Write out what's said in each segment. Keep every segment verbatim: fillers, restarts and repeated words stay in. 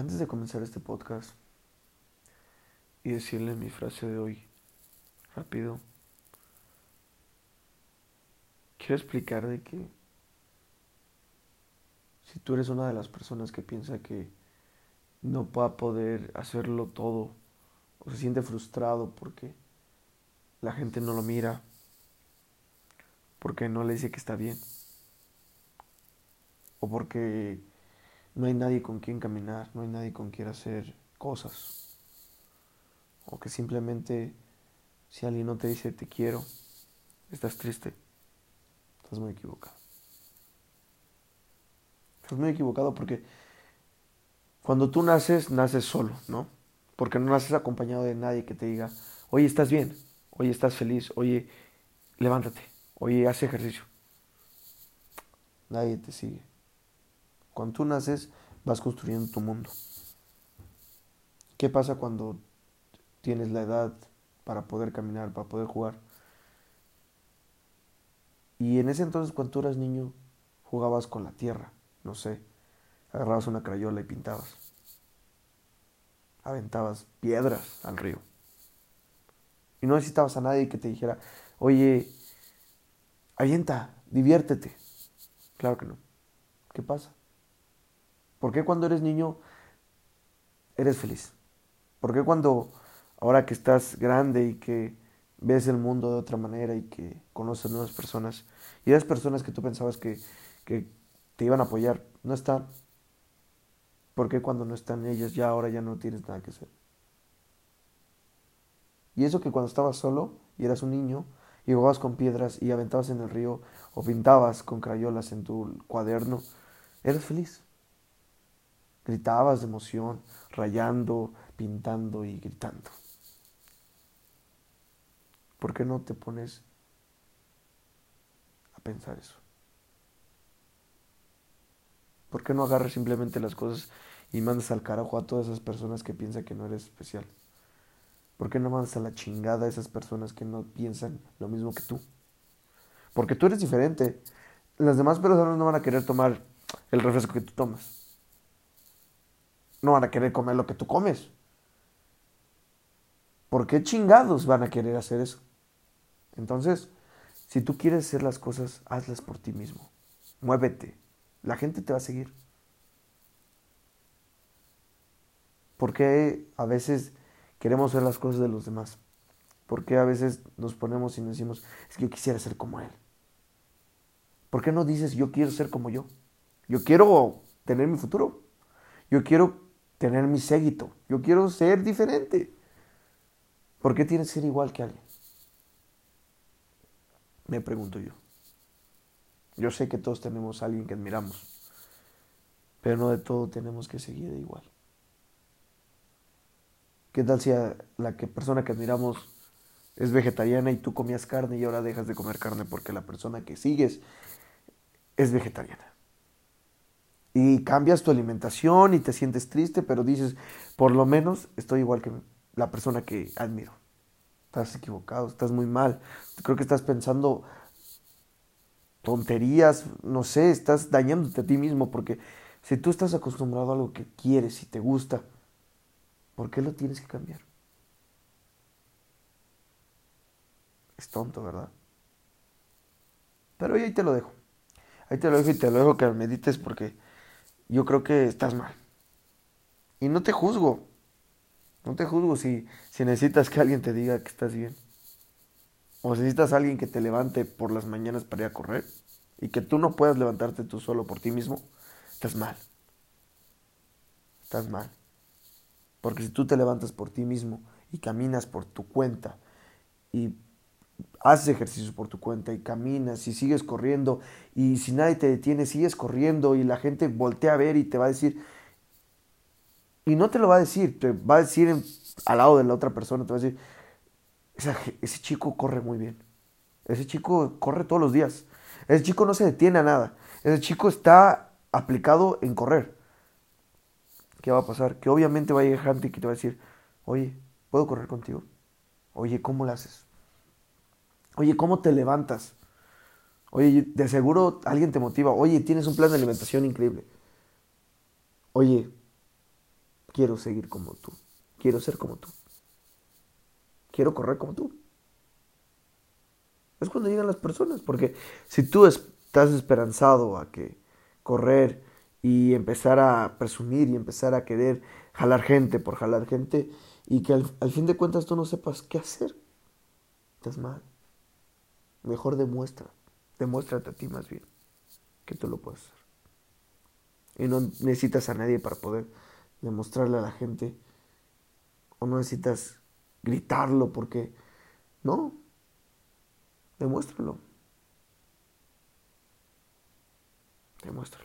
Antes de comenzar este podcast y decirle mi frase de hoy, rápido, quiero explicar de que si tú eres una de las personas que piensa que no va a poder hacerlo todo o se siente frustrado porque la gente no lo mira, porque no le dice que está bien o porque no hay nadie con quien caminar, no hay nadie con quien hacer cosas o que simplemente si alguien no te dice te quiero, estás triste, estás muy equivocado. Estás muy equivocado porque cuando tú naces, naces solo, ¿no? Porque no naces acompañado de nadie que te diga, oye, estás bien, oye, estás feliz, oye, levántate, oye, haz ejercicio. Nadie te sigue. Cuando tú naces, vas construyendo tu mundo. ¿Qué pasa cuando tienes la edad para poder caminar, para poder jugar? Y en ese entonces, cuando tú eras niño, jugabas con la tierra, no sé, agarrabas una crayola y pintabas, aventabas piedras al río. Y no necesitabas a nadie que te dijera, oye, avienta, diviértete. Claro que no. ¿Qué pasa? ¿Por qué cuando eres niño eres feliz? ¿Por qué cuando, ahora que estás grande y que ves el mundo de otra manera y que conoces nuevas personas y esas personas que tú pensabas que, que te iban a apoyar, no están? ¿Por qué cuando no están ellas ya ahora ya no tienes nada que hacer? Y eso que cuando estabas solo y eras un niño y jugabas con piedras y aventabas en el río o pintabas con crayolas en tu cuaderno, eres feliz. Gritabas de emoción, rayando, pintando y gritando. ¿Por qué no te pones a pensar eso? ¿Por qué no agarras simplemente las cosas y mandas al carajo a todas esas personas que piensan que no eres especial? ¿Por qué no mandas a la chingada a esas personas que no piensan lo mismo que tú? Porque tú eres diferente. Las demás personas no van a querer tomar el refresco que tú tomas. No van a querer comer lo que tú comes. ¿Por qué chingados van a querer hacer eso? Entonces, si tú quieres hacer las cosas, hazlas por ti mismo. Muévete. La gente te va a seguir. ¿Por qué a veces queremos hacer las cosas de los demás? ¿Por qué a veces nos ponemos y nos decimos, es que yo quisiera ser como él? ¿Por qué no dices, yo quiero ser como yo? Yo quiero tener mi futuro. Yo quiero tener mi séquito. Yo quiero ser diferente. ¿Por qué tienes que ser igual que alguien? Me pregunto yo. Yo sé que todos tenemos a alguien que admiramos, pero no de todo tenemos que seguir de igual. ¿Qué tal si a la que persona que admiramos es vegetariana y tú comías carne y ahora dejas de comer carne porque la persona que sigues es vegetariana? Y cambias tu alimentación y te sientes triste, pero dices, por lo menos estoy igual que la persona que admiro. Estás equivocado, estás muy mal. Creo que estás pensando tonterías, no sé, estás dañándote a ti mismo porque si tú estás acostumbrado a algo que quieres y te gusta, ¿por qué lo tienes que cambiar? Es tonto, ¿verdad? Pero ahí te lo dejo. Ahí te lo dejo y te lo dejo que medites porque yo creo que estás mal. Y no te juzgo. No te juzgo si, si necesitas que alguien te diga que estás bien. O si necesitas a alguien que te levante por las mañanas para ir a correr. Y que tú no puedas levantarte tú solo por ti mismo. Estás mal. Estás mal. Porque si tú te levantas por ti mismo y caminas por tu cuenta y haces ejercicio por tu cuenta y caminas y sigues corriendo y si nadie te detiene sigues corriendo y la gente voltea a ver y te va a decir, y no te lo va a decir, te va a decir en, al lado de la otra persona, te va a decir, esa, ese chico corre muy bien, ese chico corre todos los días, ese chico no se detiene a nada, ese chico está aplicado en correr. ¿Qué va a pasar? Que obviamente va a llegar gente que te va a decir, oye, ¿puedo correr contigo? Oye, ¿cómo lo haces? Oye, ¿cómo te levantas? Oye, de seguro alguien te motiva. Oye, tienes un plan de alimentación increíble. Oye, quiero seguir como tú, quiero ser como tú, quiero correr como tú. Es cuando llegan las personas, porque si tú estás esperanzado a que correr y empezar a presumir y empezar a querer jalar gente por jalar gente y que al, al fin de cuentas tú no sepas qué hacer, estás mal. Mejor demuestra, demuéstrate a ti más bien que tú lo puedes hacer. Y no necesitas a nadie para poder demostrarle a la gente, o no necesitas gritarlo porque no, demuéstralo, demuéstralo.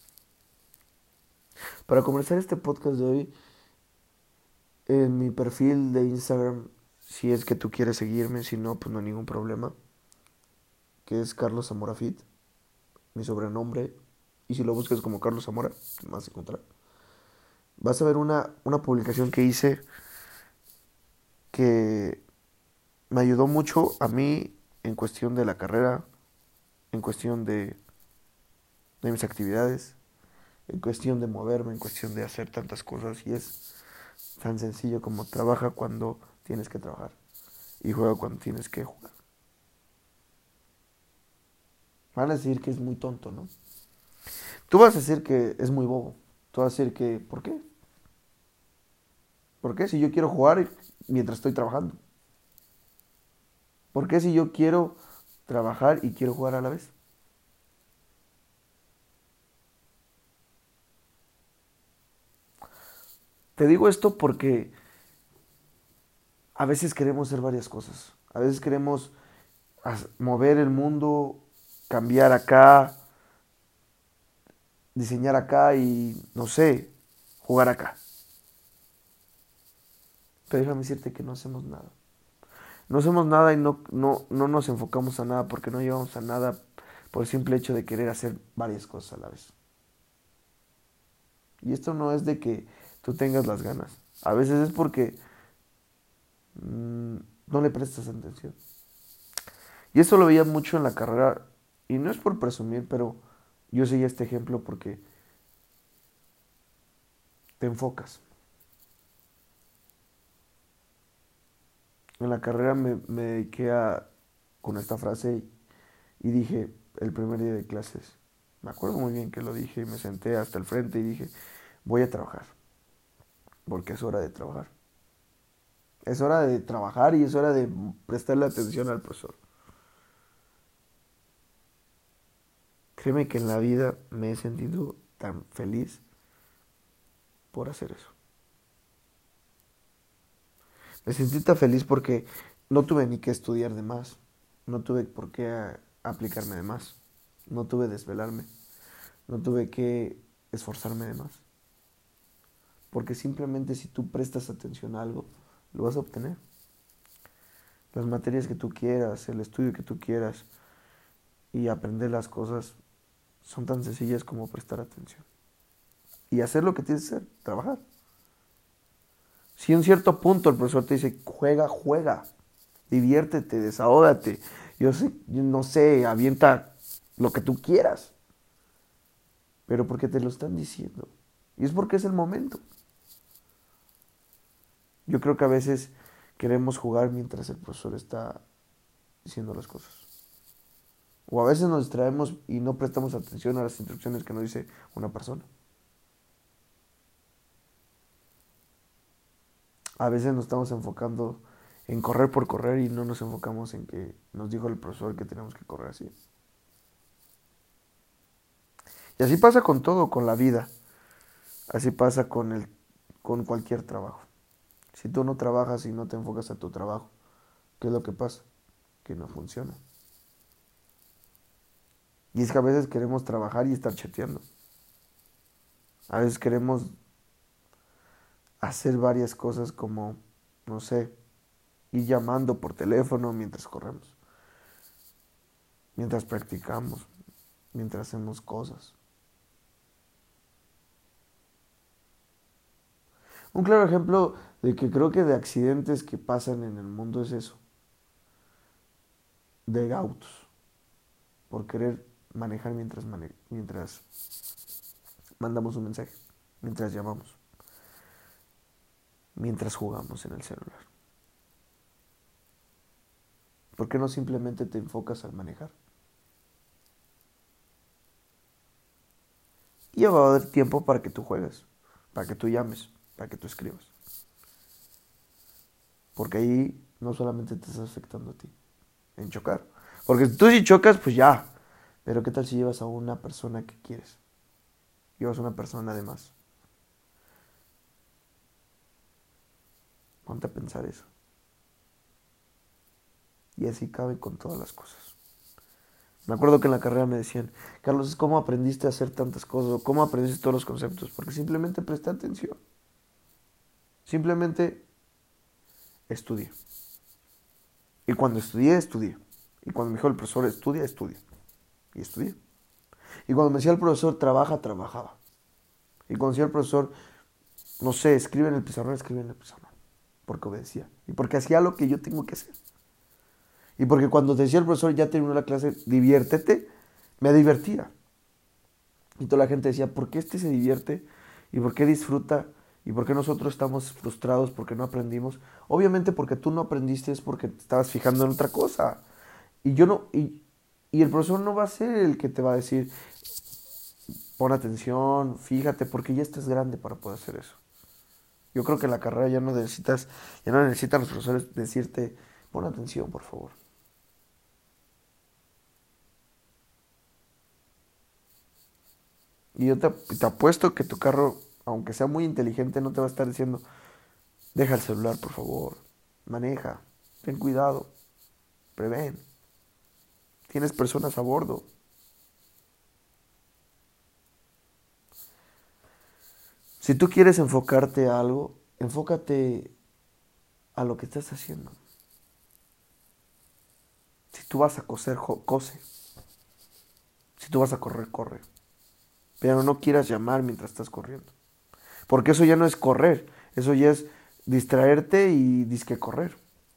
Para comenzar este podcast de hoy, en mi perfil de Instagram, si es que tú quieres seguirme, si no, pues no hay ningún problema, que es Carlos Zamora Fit, mi sobrenombre, y si lo buscas como Carlos Zamora, te vas a encontrar. Vas a ver una, una publicación que hice que me ayudó mucho a mí en cuestión de la carrera, en cuestión de, de mis actividades, en cuestión de moverme, en cuestión de hacer tantas cosas, y es tan sencillo como trabaja cuando tienes que trabajar y juega cuando tienes que jugar. Van a decir que es muy tonto, ¿no? Tú vas a decir que es muy bobo. Tú vas a decir que, ¿por qué? ¿Por qué si yo quiero jugar mientras estoy trabajando? ¿Por qué si yo quiero trabajar y quiero jugar a la vez? Te digo esto porque a veces queremos hacer varias cosas. A veces queremos mover el mundo, cambiar acá, diseñar acá y, no sé, jugar acá. Pero déjame decirte que no hacemos nada. No hacemos nada y no, no, no nos enfocamos a nada porque no llevamos a nada por el simple hecho de querer hacer varias cosas a la vez. Y esto no es de que tú tengas las ganas. A veces es porque mmm, no le prestas atención. Y eso lo veía mucho en la carrera. Y no es por presumir, pero yo seguía este ejemplo porque te enfocas. En la carrera me, me dediqué a, con esta frase y dije, el primer día de clases, me acuerdo muy bien que lo dije y me senté hasta el frente y dije, voy a trabajar, porque es hora de trabajar. Es hora de trabajar y es hora de prestarle atención al profesor. Créeme que en la vida me he sentido tan feliz por hacer eso. Me sentí tan feliz porque no tuve ni que estudiar de más, no tuve por qué aplicarme de más, no tuve que desvelarme, no tuve que esforzarme de más. Porque simplemente si tú prestas atención a algo, lo vas a obtener. Las materias que tú quieras, el estudio que tú quieras y aprender las cosas son tan sencillas como prestar atención. Y hacer lo que tienes que hacer, trabajar. Si en un cierto punto el profesor te dice, juega, juega, diviértete, desahógate, yo, sé, yo no sé, avienta lo que tú quieras. Pero porque te lo están diciendo. Y es porque es el momento. Yo creo que a veces queremos jugar mientras el profesor está diciendo las cosas. O a veces nos distraemos y no prestamos atención a las instrucciones que nos dice una persona. A veces nos estamos enfocando en correr por correr y no nos enfocamos en que nos dijo el profesor que tenemos que correr así. Y así pasa con todo, con la vida. Así pasa con, el, con cualquier trabajo. Si tú no trabajas y no te enfocas a tu trabajo, ¿qué es lo que pasa? Que no funciona. Y es que a veces queremos trabajar y estar chateando. A veces queremos hacer varias cosas como, no sé, ir llamando por teléfono mientras corremos, mientras practicamos, mientras hacemos cosas. Un claro ejemplo de que creo que de accidentes que pasan en el mundo es eso, de autos, por querer manejar mientras, mane mientras mandamos un mensaje, mientras llamamos. mientras jugamos en el celular? ¿Por qué no simplemente te enfocas al manejar? Y ya va a haber tiempo para que tú juegues, para que tú llames, para que tú escribas. Porque ahí no solamente te estás afectando a ti, en chocar. Porque tú si chocas, pues ya. Pero ¿qué tal si llevas a una persona que quieres? Llevas a una persona de más. Ponte a pensar eso. Y así cabe con todas las cosas. Me acuerdo que en la carrera me decían, Carlos, ¿cómo aprendiste a hacer tantas cosas? ¿Cómo aprendiste todos los conceptos? Porque simplemente presté atención. Simplemente estudié. Y cuando estudié, estudié. Y cuando me dijo el profesor, estudia, estudia. Y estudié. Y cuando me decía el profesor, trabaja, trabajaba. Y cuando decía el profesor, no sé, escribe en el pizarrón, escribe en el pizarrón. Porque obedecía. Y porque hacía lo que yo tengo que hacer. Y porque cuando te decía el profesor, ya terminó la clase, diviértete, me divertía. Y toda la gente decía, ¿por qué este se divierte? ¿Y por qué disfruta? ¿Y por qué nosotros estamos frustrados porque no aprendimos? Obviamente porque tú no aprendiste es porque te estabas fijando en otra cosa. Y yo no, y, y el profesor no va a ser el que te va a decir, pon atención, fíjate, porque ya estás grande para poder hacer eso. Yo creo que en la carrera ya no necesitas, ya no necesitan los profesores decirte, pon atención, por favor. Y yo te, te apuesto que tu carro, aunque sea muy inteligente, no te va a estar diciendo, deja el celular, por favor, maneja, ten cuidado, prevén, tienes personas a bordo. Si tú quieres enfocarte a algo, enfócate a lo que estás haciendo. Si tú vas a coser, cose. Si tú vas a correr, corre. Pero no quieras llamar mientras estás corriendo. Porque eso ya no es correr, eso ya es distraerte y disque correr.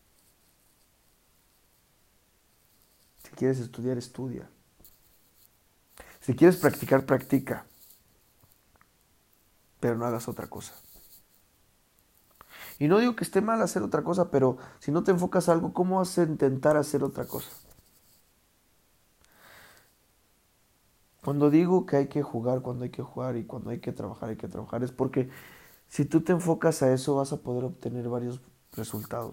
Si quieres estudiar, estudia. Si quieres practicar, practica. Pero no hagas otra cosa. Y no digo que esté mal hacer otra cosa, pero si no te enfocas a algo, ¿cómo vas a intentar hacer otra cosa? Cuando digo que hay que jugar, cuando hay que jugar y cuando hay que trabajar, hay que trabajar, es porque si tú te enfocas a eso vas a poder obtener varios resultados.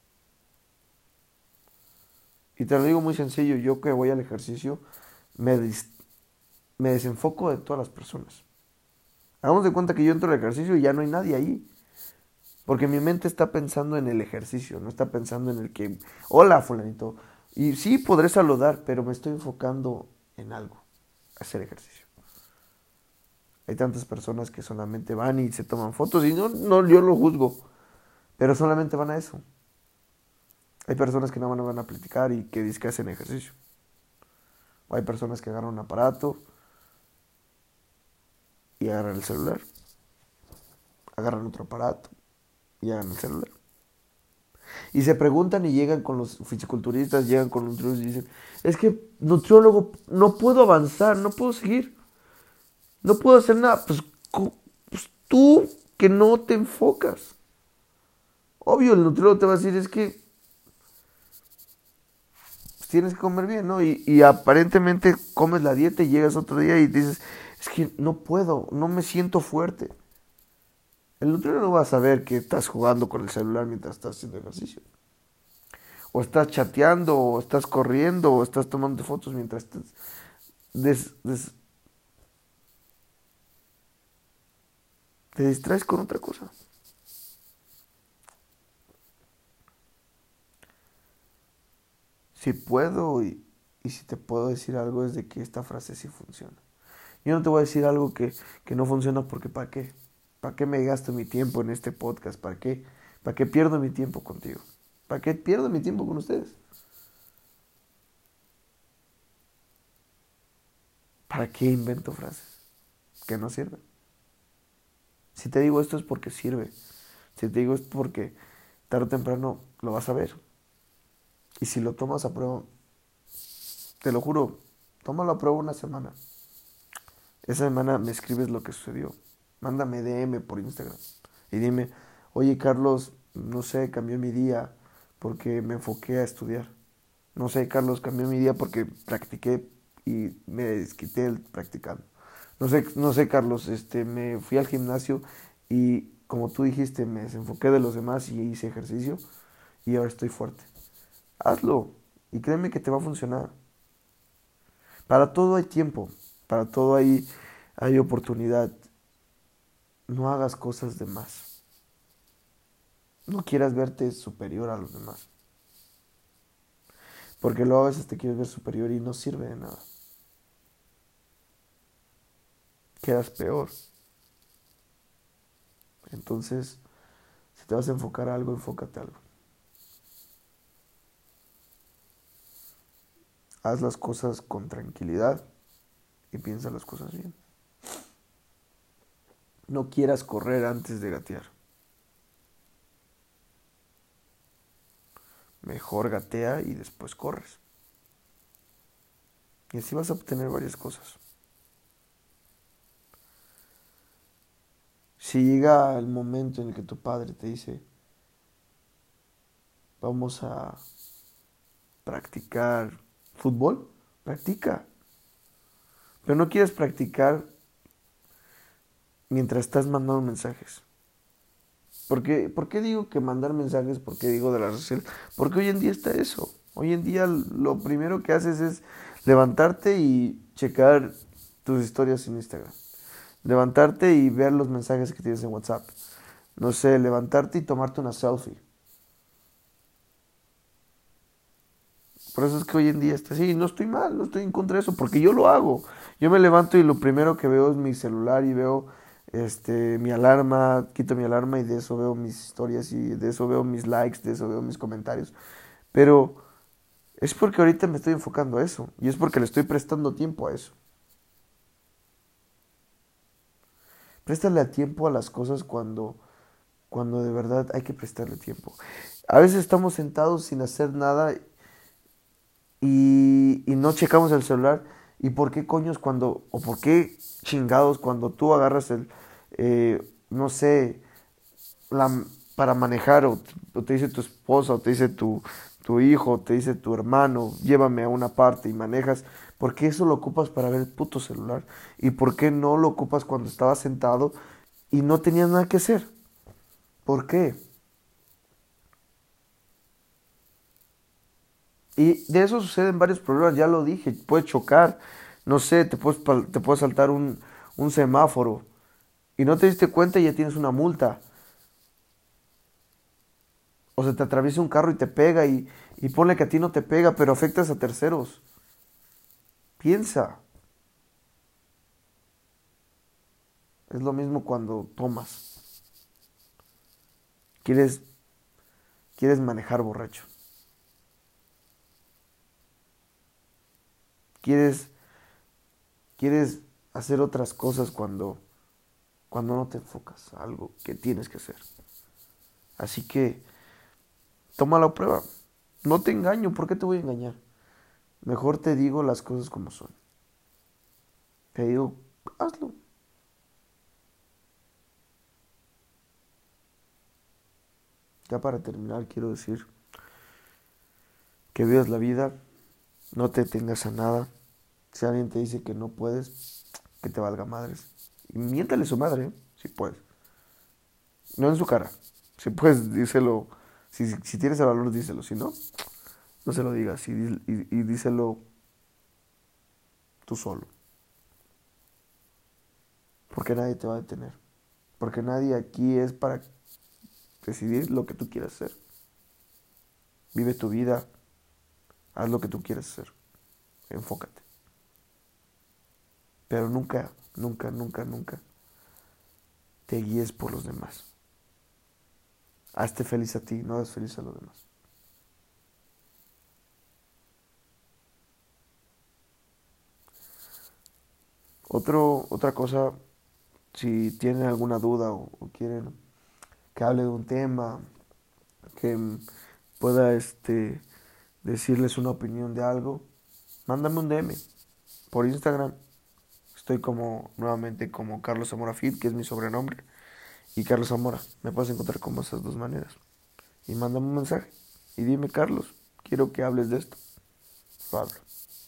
Y te lo digo muy sencillo, yo que voy al ejercicio, me, dis- me desenfoco de todas las personas. Hagamos de cuenta que yo entro al ejercicio y ya no hay nadie ahí. Porque mi mente está pensando en el ejercicio, no está pensando en el que, hola fulanito. Y sí, podré saludar, pero me estoy enfocando en algo, hacer ejercicio. Hay tantas personas que solamente van y se toman fotos y no, no, yo lo juzgo, pero solamente van a eso. Hay personas que no van, van a platicar y que dicen que hacen ejercicio. O hay personas que agarran un aparato y agarran el celular. Agarran otro aparato y agarran el celular. Y se preguntan y llegan con los fisiculturistas, llegan con los nutriólogos y dicen, es que nutriólogo, no puedo avanzar, no puedo seguir, no puedo hacer nada. Pues, pues tú que no te enfocas. Obvio, el nutriólogo te va a decir, es que pues, tienes que comer bien, ¿no? Y, y aparentemente comes la dieta y llegas otro día y dices, es que no puedo, no me siento fuerte. El nutriólogo no va a saber que estás jugando con el celular mientras estás haciendo ejercicio. O estás chateando, o estás corriendo, o estás tomando fotos mientras estás... Des, des, te distraes con otra cosa. Si puedo y, y si te puedo decir algo es de que esta frase sí funciona. Yo no te voy a decir algo que, que no funciona porque ¿para qué? ¿Para qué me gasto mi tiempo en este podcast? ¿Para qué? ¿Para qué pierdo mi tiempo contigo? ¿Para qué pierdo mi tiempo con ustedes? ¿Para qué invento frases que no sirven? Si te digo esto es porque sirve. Si te digo esto es porque tarde o temprano lo vas a ver. Y si lo tomas a prueba, te lo juro, tómalo a prueba una semana. Esa semana me escribes lo que sucedió. Mándame D M por Instagram y dime, Oye, Carlos, no sé, cambió mi día porque me enfoqué a estudiar. No sé, Carlos, cambió mi día porque practiqué y me desquité el practicando. No sé, no sé, Carlos, este, me fui al gimnasio y como tú dijiste, me desenfoqué de los demás y hice ejercicio y ahora estoy fuerte. Hazlo y créeme que te va a funcionar. Para todo hay tiempo, para todo hay, hay oportunidad. No hagas cosas de más. No quieras verte superior a los demás. Porque luego a veces te quieres ver superior y no sirve de nada. Quedas peor. Entonces, si te vas a enfocar a algo, enfócate a algo. Haz las cosas con tranquilidad y piensa las cosas bien. No quieras correr antes de gatear. Mejor gatea y después corres. Y así vas a obtener varias cosas. Si llega el momento en el que tu padre te dice, vamos a practicar fútbol, practica. Pero no quieres practicar mientras estás mandando mensajes. ¿Por qué, ¿Por qué digo que mandar mensajes? ¿Por qué digo de las redes sociales? Porque hoy en día está eso. Hoy en día lo primero que haces es levantarte y checar tus historias en Instagram. Levantarte y ver los mensajes que tienes en WhatsApp. No sé, levantarte y tomarte una selfie. Por eso es que hoy en día está así. No estoy mal, no estoy en contra de eso, porque yo lo hago. Yo me levanto y lo primero que veo es mi celular y veo este, mi alarma, quito mi alarma y de eso veo mis historias y de eso veo mis likes, de eso veo mis comentarios. Pero es porque ahorita me estoy enfocando a eso y es porque le estoy prestando tiempo a eso. Préstale a tiempo a las cosas cuando, cuando de verdad hay que prestarle tiempo. A veces estamos sentados sin hacer nada y, y no checamos el celular. ¿Y por qué coños cuando, o por qué chingados cuando tú agarras el, eh, no sé, la, para manejar o, o te dice tu esposa o te dice tu, tu hijo o te dice tu hermano, llévame a una parte y manejas? ¿Por qué eso lo ocupas para ver el puto celular? ¿Y por qué no lo ocupas cuando estabas sentado y no tenías nada que hacer? ¿Por qué? Y de eso suceden varios problemas, ya lo dije, puede chocar, no sé, te puedes, te puede saltar un, un semáforo y no te diste cuenta y ya tienes una multa. O se te atraviesa un carro y te pega y, y ponle que a ti no te pega, pero afectas a terceros. Piensa, es lo mismo cuando tomas. Quieres, quieres manejar borracho. Quieres, quieres hacer otras cosas cuando, cuando no te enfocas a algo que tienes que hacer. Así que toma la prueba. No te engaño, ¿por qué te voy a engañar? Mejor te digo las cosas como son. Te digo, hazlo. Ya para terminar, quiero decir que vivas la vida, no te tengas a nada. Si alguien te dice que no puedes, que te valga madres. Y miéntale su madre, ¿eh? Si puedes. No en su cara. Si puedes, díselo. Si, si tienes el valor, díselo. Si no, no se lo digas. Y, y, y díselo tú solo. Porque nadie te va a detener. Porque nadie aquí es para decidir lo que tú quieras hacer. Vive tu vida. Haz lo que tú quieras hacer. Enfócate. Pero nunca, nunca, nunca, nunca te guíes por los demás. Hazte feliz a ti, no hagas feliz a los demás. Otro, otra cosa, si tienen alguna duda o, o quieren que hable de un tema, que mm, pueda este, decirles una opinión de algo, mándame un D M por Instagram. Estoy como nuevamente como Carlos Zamora Fit, que es mi sobrenombre. y Carlos Zamora. Me puedes encontrar como esas dos maneras. Y mándame un mensaje y dime, Carlos, quiero que hables de esto. Lo hablo.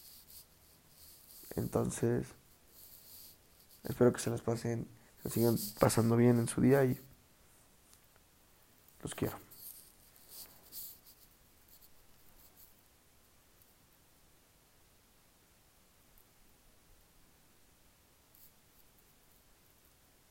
Entonces, espero que se las pasen, se sigan pasando bien en su día y los quiero.